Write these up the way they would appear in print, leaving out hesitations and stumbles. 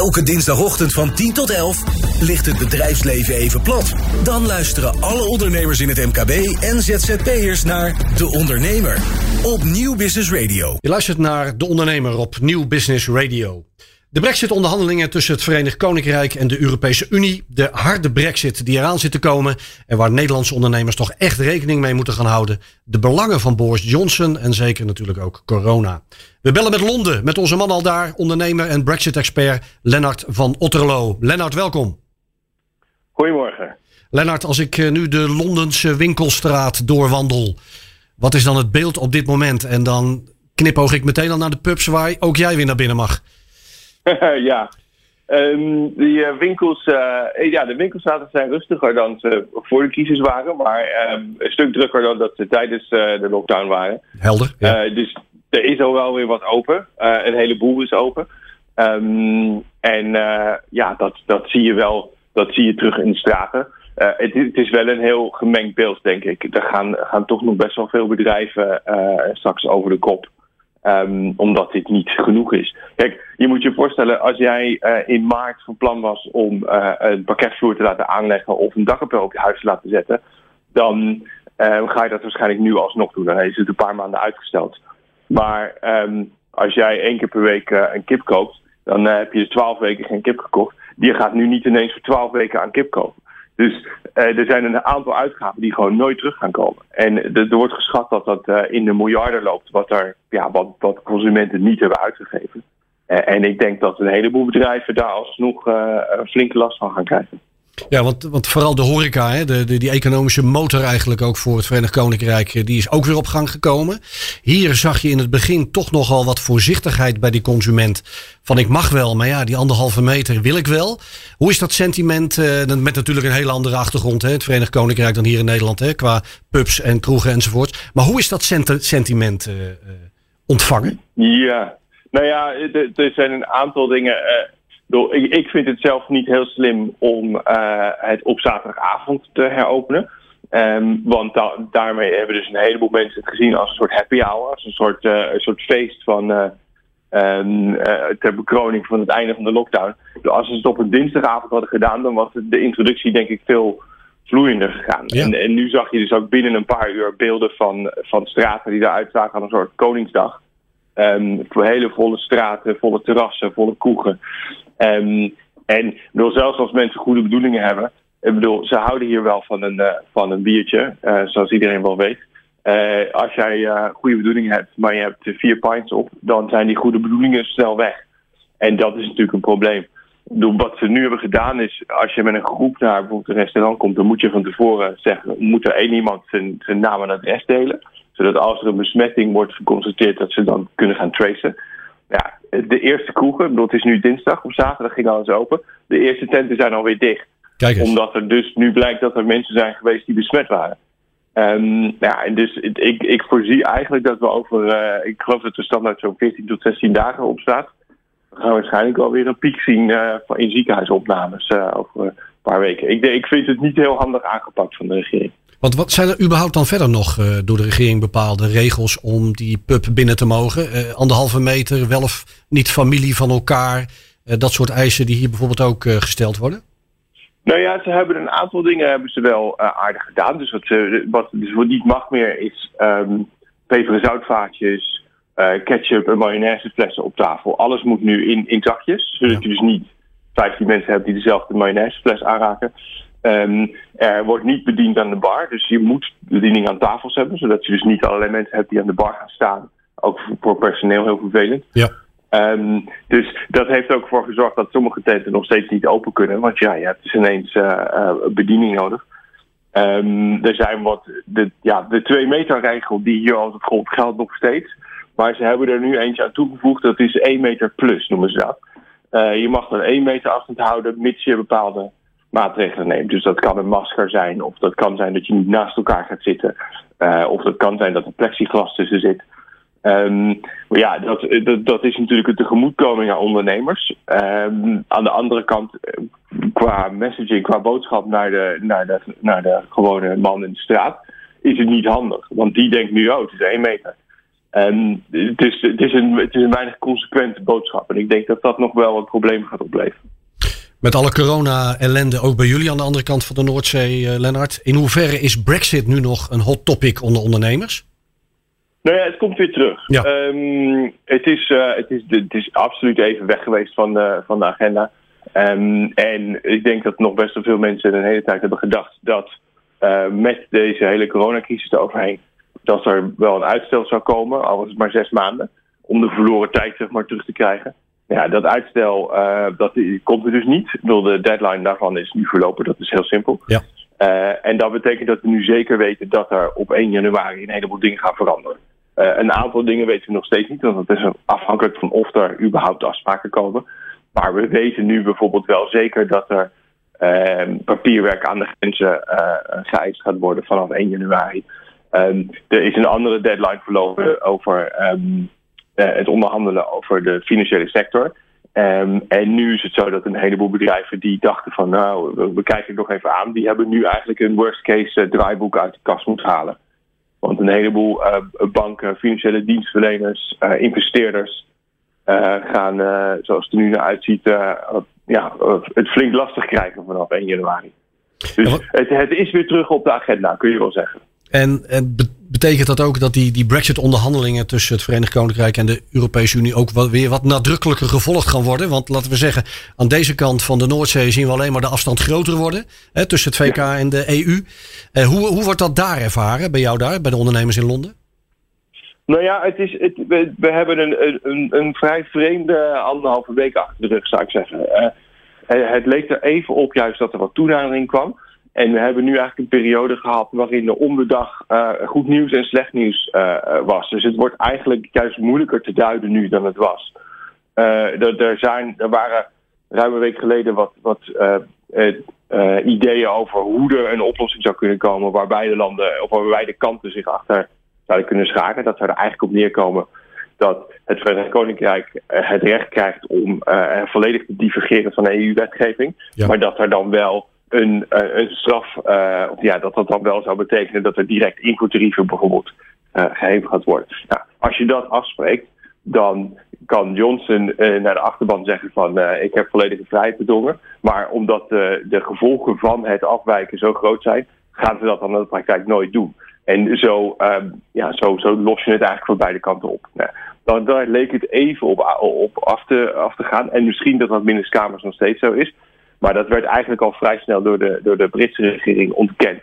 Elke dinsdagochtend van 10 tot 11 ligt het bedrijfsleven even plat. Dan luisteren alle ondernemers in het MKB en ZZP'ers naar De Ondernemer op Nieuw Business Radio. Je luistert naar De Ondernemer op Nieuw Business Radio. De Brexit-onderhandelingen tussen het Verenigd Koninkrijk en de Europese Unie. De harde Brexit die eraan zit te komen en waar Nederlandse ondernemers toch echt rekening mee moeten gaan houden. De belangen van Boris Johnson en zeker natuurlijk ook corona. We bellen met Londen, met onze man al daar, ondernemer en Brexit-expert Lennart van Otterlo. Lennart, welkom. Goedemorgen. Lennart, als ik nu de Londense winkelstraat doorwandel, wat is dan het beeld op dit moment? En dan knipoog ik meteen al naar de pubs waar ook jij weer naar binnen mag. Ja, die winkels, de winkelstraten zijn rustiger dan ze voor de crisis waren, maar een stuk drukker dan dat ze tijdens de lockdown waren. Helder. Ja. Dus er is al wel weer wat open. Een heleboel is open. Dat zie je wel, dat zie je terug in de straten. Het is wel een heel gemengd beeld, denk ik. Er gaan toch nog best wel veel bedrijven straks over de kop. Omdat dit niet genoeg is. Kijk, je moet je voorstellen, als jij in maart van plan was om een parketvloer te laten aanleggen of een dakkapel op je huis te laten zetten, dan ga je dat waarschijnlijk nu alsnog doen. Dan is het een paar maanden uitgesteld. Maar als jij 1 keer per week een kip koopt, dan heb je 12 weken geen kip gekocht. Die gaat nu niet ineens voor 12 weken aan kip kopen. Dus er zijn een aantal uitgaven die gewoon nooit terug gaan komen. En er wordt geschat dat dat in de miljarden loopt, wat consumenten niet hebben uitgegeven. En ik denk dat een heleboel bedrijven daar alsnog flinke last van gaan krijgen. Ja, want vooral de horeca, hè, die economische motor eigenlijk ook voor het Verenigd Koninkrijk, die is ook weer op gang gekomen. Hier zag je in het begin toch nogal wat voorzichtigheid bij die consument. Van ik mag wel, maar ja, die 1,5 meter wil ik wel. Hoe is dat sentiment, met natuurlijk een hele andere achtergrond, hè, het Verenigd Koninkrijk dan hier in Nederland, hè, qua pubs en kroegen enzovoort. Maar hoe is dat sentiment ontvangen? Ja, nou ja, er zijn een aantal dingen. Ik vind het zelf niet heel slim om het op zaterdagavond te heropenen. Want daarmee hebben dus een heleboel mensen het gezien als een soort happy hour. Als een soort feest van ter bekroning van het einde van de lockdown. Dus als ze het op een dinsdagavond hadden gedaan, dan was de introductie denk ik veel vloeiender gegaan. Ja. En nu zag je dus ook binnen een paar uur beelden van straten die eruit zagen aan een soort Koningsdag. Voor hele volle straten, volle terrassen, volle kroegen. Zelfs als mensen goede bedoelingen hebben. Ze houden hier wel van een biertje, zoals iedereen wel weet. Als jij goede bedoelingen hebt, maar je hebt 4 pints op, dan zijn die goede bedoelingen snel weg. En dat is natuurlijk een probleem. Wat ze nu hebben gedaan is, als je met een groep naar bijvoorbeeld een restaurant komt, dan moet je van tevoren zeggen, moet er 1 iemand zijn naam en adres delen. Zodat als er een besmetting wordt geconstateerd, dat ze dan kunnen gaan tracen. Ja, de eerste kroegen, het is nu dinsdag, op zaterdag ging alles open. De eerste tenten zijn alweer dicht. Kijk eens. Omdat er dus nu blijkt dat er mensen zijn geweest die besmet waren. En dus ik voorzie eigenlijk dat we ik geloof dat we standaard zo'n 14 tot 16 dagen op staat. We gaan waarschijnlijk wel weer een piek zien in ziekenhuisopnames over een paar weken. Ik vind het niet heel handig aangepakt van de regering. Want wat zijn er überhaupt dan verder nog door de regering bepaalde regels om die pub binnen te mogen? 1,5 meter, wel of niet familie van elkaar. Dat soort eisen die hier bijvoorbeeld ook gesteld worden? Nou ja, ze hebben een aantal dingen wel aardig gedaan. Dus wat niet mag meer is peper- en zoutvaatjes, ketchup en mayonaiseflessen op tafel. Alles moet nu in zakjes, zodat je dus niet 15 mensen hebt die dezelfde mayonaisefles aanraken. Er wordt niet bediend aan de bar, dus je moet bediening aan tafels hebben, zodat je dus niet allerlei mensen hebt die aan de bar gaan staan. Ook voor personeel heel vervelend. Ja. Dus dat heeft ook voor gezorgd dat sommige tenten nog steeds niet open kunnen, want ja, je hebt dus ineens bediening nodig. Er zijn de 2 meter regel die hier altijd gold, geldt nog steeds, maar ze hebben er nu eentje aan toegevoegd, dat is 1 meter plus noemen ze dat. Je mag dan 1 meter afstand houden, mits je bepaalde maatregelen neemt. Dus dat kan een masker zijn, of dat kan zijn dat je niet naast elkaar gaat zitten, of dat kan zijn dat er plexiglas tussen zit. Maar ja, dat is natuurlijk een tegemoetkoming aan ondernemers. Aan de andere kant, qua messaging, qua boodschap naar de gewone man in de straat, is het niet handig. Want die denkt nu, het is 1 meter. Het is een weinig consequente boodschap. En ik denk dat dat nog wel een probleem gaat opleveren. Met alle corona-ellende ook bij jullie aan de andere kant van de Noordzee, Lennart. In hoeverre is Brexit nu nog een hot topic onder ondernemers? Nou ja, het komt weer terug. Ja. Het is absoluut even weg geweest van de agenda. En ik denk dat nog best wel veel mensen de hele tijd hebben gedacht dat met deze hele coronacrisis eroverheen, dat er wel een uitstel zou komen, al was het maar 6 maanden, om de verloren tijd zeg maar terug te krijgen. Ja, dat uitstel dat komt er dus niet. De deadline daarvan is nu verlopen, dat is heel simpel. Ja. En dat betekent dat we nu zeker weten dat er op 1 januari een heleboel dingen gaan veranderen. Een aantal dingen weten we nog steeds niet, want het is afhankelijk van of er überhaupt afspraken komen. Maar we weten nu bijvoorbeeld wel zeker dat er papierwerk aan de grenzen geëist gaat worden vanaf 1 januari. Er is een andere deadline verlopen over het onderhandelen over de financiële sector. En nu is het zo dat een heleboel bedrijven die dachten van we kijken het nog even aan, die hebben nu eigenlijk een worst case draaiboek uit de kast moeten halen. Want een heleboel banken, financiële dienstverleners, investeerders gaan, zoals het er nu naar uitziet, het flink lastig krijgen vanaf 1 januari. Dus het is weer terug op de agenda, kun je wel zeggen. En betekent dat ook dat die Brexit-onderhandelingen tussen het Verenigd Koninkrijk en de Europese Unie ook weer wat nadrukkelijker gevolgd gaan worden? Want laten we zeggen, aan deze kant van de Noordzee zien we alleen maar de afstand groter worden tussen het VK en de EU. Hoe wordt dat daar ervaren, bij jou daar, bij de ondernemers in Londen? Nou ja, we hebben een vrij vreemde 1,5 week achter de rug, zou ik zeggen. Het leek er even op juist dat er wat toenadering kwam. En we hebben nu eigenlijk een periode gehad waarin er om de dag goed nieuws en slecht nieuws was. Dus het wordt eigenlijk juist moeilijker te duiden nu dan het was. Er waren ruim een week geleden wat ideeën over hoe er een oplossing zou kunnen komen waar beide landen of waar beide kanten zich achter zouden kunnen scharen. Dat zou er eigenlijk op neerkomen dat het Verenigd Koninkrijk het recht krijgt om volledig te divergeren van de EU-wetgeving. Ja. Maar dat er dan wel een straf, dat dan wel zou betekenen dat er direct invoertarieven bijvoorbeeld geheven gaat worden. Nou, als je dat afspreekt, dan kan Johnson naar de achterban zeggen van ik heb volledige vrijheid bedongen. Maar omdat de gevolgen van het afwijken zo groot zijn, gaan ze dat dan in de praktijk nooit doen. En zo los je het eigenlijk van beide kanten op. Nou, daar leek het even op af te gaan. En misschien dat dat binnen de Kamers nog steeds zo is. Maar dat werd eigenlijk al vrij snel door de Britse regering ontkend.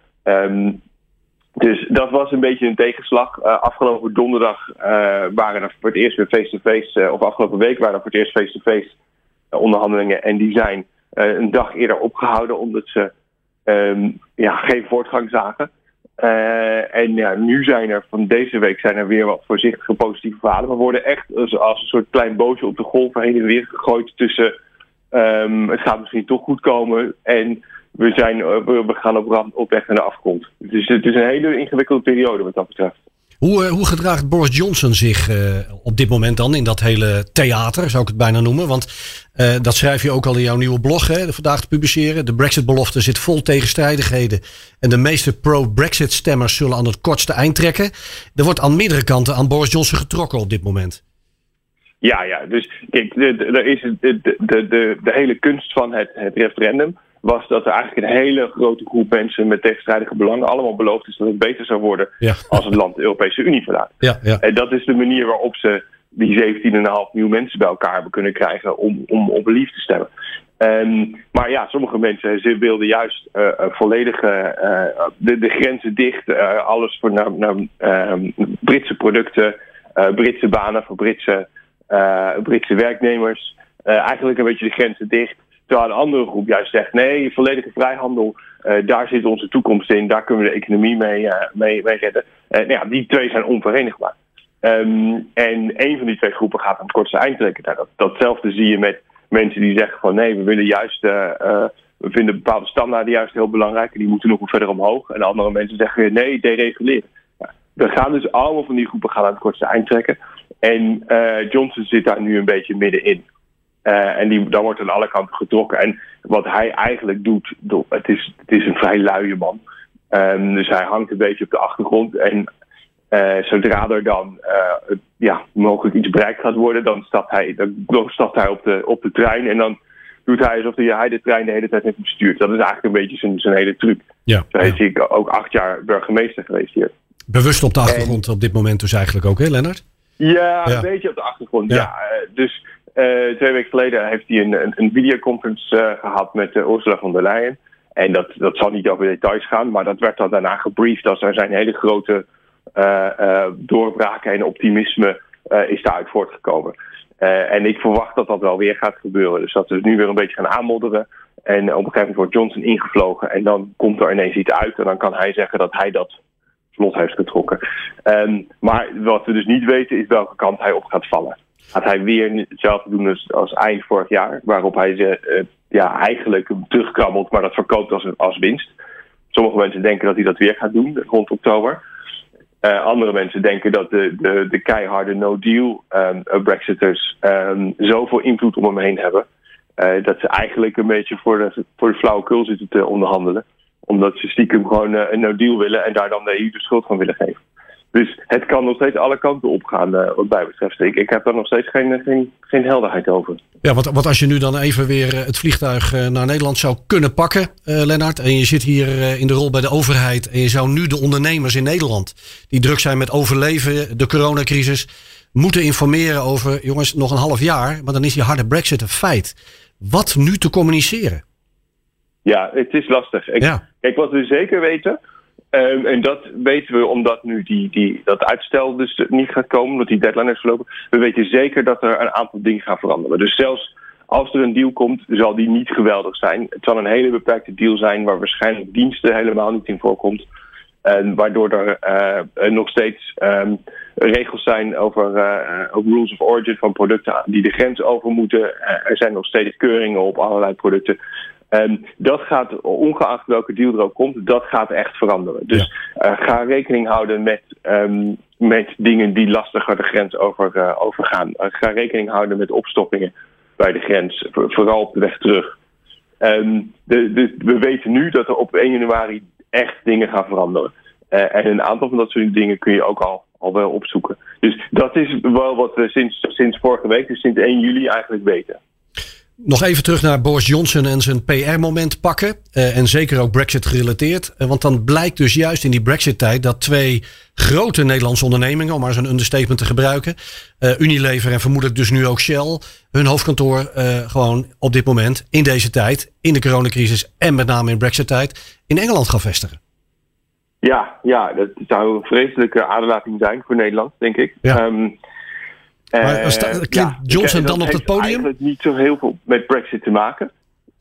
Dus dat was een beetje een tegenslag. Afgelopen donderdag waren er voor het eerst weer face-to-face, of afgelopen week waren er voor het eerst face-to-face onderhandelingen. En die zijn een dag eerder opgehouden omdat ze geen voortgang zagen. Nu zijn er van deze week weer wat voorzichtige positieve verhalen. We worden echt als een soort klein bootje op de golven heen en weer gegooid tussen het gaat misschien toch goed komen en we gaan op weg naar de afgrond. Dus het is een hele ingewikkelde periode wat dat betreft. Hoe gedraagt Boris Johnson zich op dit moment dan in dat hele theater, zou ik het bijna noemen? Want dat schrijf je ook al in jouw nieuwe blog, vandaag te publiceren. De Brexit-belofte zit vol tegenstrijdigheden. En de meeste pro-Brexit-stemmers zullen aan het kortste eind trekken. Er wordt aan meerdere kanten aan Boris Johnson getrokken op dit moment. Ja, dus kijk, er is de hele kunst van het referendum was dat er eigenlijk een hele grote groep mensen met tegenstrijdige belangen allemaal beloofd is dat het beter zou worden als het land de Europese Unie verlaat. Ja. En dat is de manier waarop ze die 17,5 miljoen mensen bij elkaar hebben kunnen krijgen om op Leave te stemmen. Maar ja, sommige mensen wilden juist volledig de grenzen dicht, alles voor naar Britse producten, Britse banen voor Britse werknemers. Eigenlijk een beetje de grenzen dicht. Terwijl een andere groep juist zegt, nee, volledige vrijhandel, daar zit onze toekomst in, daar kunnen we de economie mee redden. Die twee zijn onverenigbaar. En een van die twee groepen gaat aan het kortste eind trekken. Nou, datzelfde zie je met mensen die zeggen van nee, we willen juist, we vinden bepaalde standaarden juist heel belangrijk en die moeten nog verder omhoog. En andere mensen zeggen weer nee, dereguleren. We gaan dus allemaal van die groepen gaan aan het kortste eind trekken. En Johnson zit daar nu een beetje middenin. Dan wordt aan alle kanten getrokken. En wat hij eigenlijk doet, het is een vrij luie man. Dus hij hangt een beetje op de achtergrond. En Zodra er dan mogelijk iets bereikt gaat worden, dan stapt hij op de trein en dan doet hij alsof hij de trein de hele tijd heeft bestuurd. Dat is eigenlijk een beetje zijn hele truc. Ja, Zo is hij ook 8 jaar burgemeester geweest hier. Bewust op de achtergrond op dit moment dus eigenlijk ook, hè Lennart? Ja, een beetje op de achtergrond. Ja. Dus 2 weken geleden heeft hij een videoconference gehad met Ursula von der Leyen. En dat zal niet over details gaan, maar dat werd dan daarna gebriefd als er zijn hele grote doorbraken en optimisme is daaruit voortgekomen. En ik verwacht dat dat wel weer gaat gebeuren. Dus dat we nu weer een beetje gaan aanmodderen. En op een gegeven moment wordt Johnson ingevlogen. En dan komt er ineens iets uit. En dan kan hij zeggen dat hij dat vlot heeft getrokken. Maar wat we dus niet weten is welke kant hij op gaat vallen. Gaat hij weer hetzelfde doen als eind vorig jaar. Waarop hij eigenlijk terugkrabbelt, maar dat verkoopt als winst. Sommige mensen denken dat hij dat weer gaat doen rond oktober. Andere mensen denken dat de keiharde no-deal Brexiters zoveel invloed om hem heen hebben. Dat ze eigenlijk een beetje voor de flauwekul zitten te onderhandelen. Omdat ze stiekem gewoon een no-deal willen en daar dan de EU de schuld van willen geven. Dus het kan nog steeds alle kanten opgaan wat mij betreft. Ik heb daar nog steeds geen helderheid over. Ja, want als je nu dan even weer het vliegtuig naar Nederland zou kunnen pakken, Lennart. En je zit hier in de rol bij de overheid. En je zou nu de ondernemers in Nederland, die druk zijn met overleven, de coronacrisis, moeten informeren over, jongens, nog een half jaar. Maar dan is die harde Brexit een feit. Wat nu te communiceren? Ja, het is lastig. Kijk, wat we zeker weten, en dat weten we omdat nu dat uitstel dus niet gaat komen, omdat die deadline is verlopen. We weten zeker dat er een aantal dingen gaan veranderen. Dus zelfs als er een deal komt, zal die niet geweldig zijn. Het zal een hele beperkte deal zijn waar waarschijnlijk diensten helemaal niet in voorkomt. Waardoor er nog steeds regels zijn over rules of origin van producten die de grens over moeten. Er zijn nog steeds keuringen op allerlei producten. Dat gaat, ongeacht welke deal er ook komt, dat gaat echt veranderen. Dus ga rekening houden met dingen die lastiger de grens overgaan. Ga rekening houden met opstoppingen bij de grens, vooral op de weg terug. We weten nu dat er op 1 januari echt dingen gaan veranderen. En een aantal van dat soort dingen kun je ook al wel opzoeken. Dus dat is wel wat we sinds vorige week, dus sinds 1 juli eigenlijk weten. Nog even terug naar Boris Johnson en zijn PR-moment pakken. En zeker ook Brexit gerelateerd. Want dan blijkt dus juist in die Brexit-tijd dat 2 grote Nederlandse ondernemingen, om maar zo'n understatement te gebruiken, Unilever en vermoedelijk dus nu ook Shell, hun hoofdkantoor gewoon op dit moment, in deze tijd, in de coronacrisis en met name in Brexit-tijd, in Engeland gaan vestigen. Ja, dat zou een vreselijke aderlating zijn voor Nederland, denk ik. Ja. Maar klinkt Johnson dan op het podium? Het heeft eigenlijk niet zo heel veel met Brexit te maken.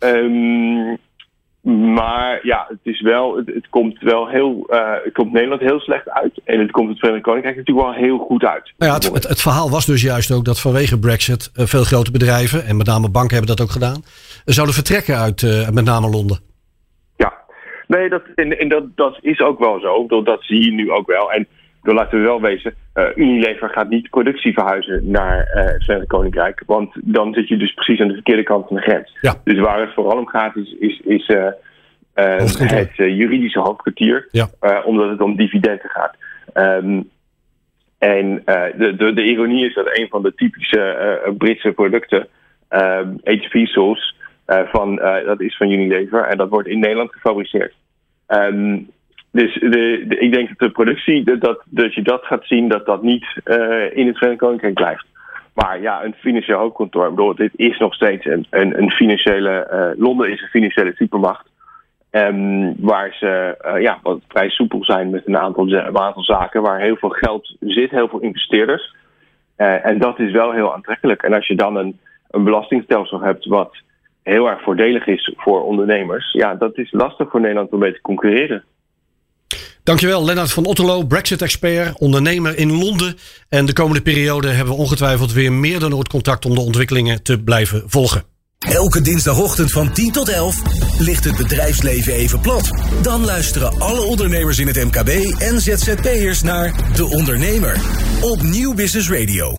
Maar ja, het komt Nederland heel slecht uit. En het komt het Verenigd Koninkrijk natuurlijk wel heel goed uit. Nou ja, het verhaal was dus juist ook dat vanwege Brexit veel grote bedrijven, en met name banken hebben dat ook gedaan, zouden vertrekken uit met name Londen. Ja, nee, dat is ook wel zo. Dat zie je nu ook wel. En laten we wel wezen, Unilever gaat niet productie verhuizen naar het Verenigd Koninkrijk. Want dan zit je dus precies aan de verkeerde kant van de grens. Ja. Dus waar het vooral om gaat is het juridische hoofdkwartier. Ja. Omdat het om dividenden gaat. De ironie is dat een van de typische Britse producten, HP Sauce, dat is van Unilever. En dat wordt in Nederland gefabriceerd. Dus ik denk dat de productie, dat je dat gaat zien, dat niet in het Verenigd Koninkrijk blijft. Maar ja, een financieel hoofdkantoor, ik bedoel, dit is nog steeds een financiële, Londen is een financiële supermacht. Waar ze wat vrij soepel zijn met een aantal zaken, waar heel veel geld zit, heel veel investeerders. En dat is wel heel aantrekkelijk. En als je dan een belastingstelsel hebt wat heel erg voordelig is voor ondernemers, ja, dat is lastig voor Nederland om mee te concurreren. Dankjewel, Lennart van Otterlo, Brexit-expert, ondernemer in Londen. En de komende periode hebben we ongetwijfeld weer meer dan ooit contact om de ontwikkelingen te blijven volgen. Elke dinsdagochtend van 10 tot 11 ligt het bedrijfsleven even plat. Dan luisteren alle ondernemers in het MKB en ZZP'ers naar De Ondernemer op Nieuw Business Radio.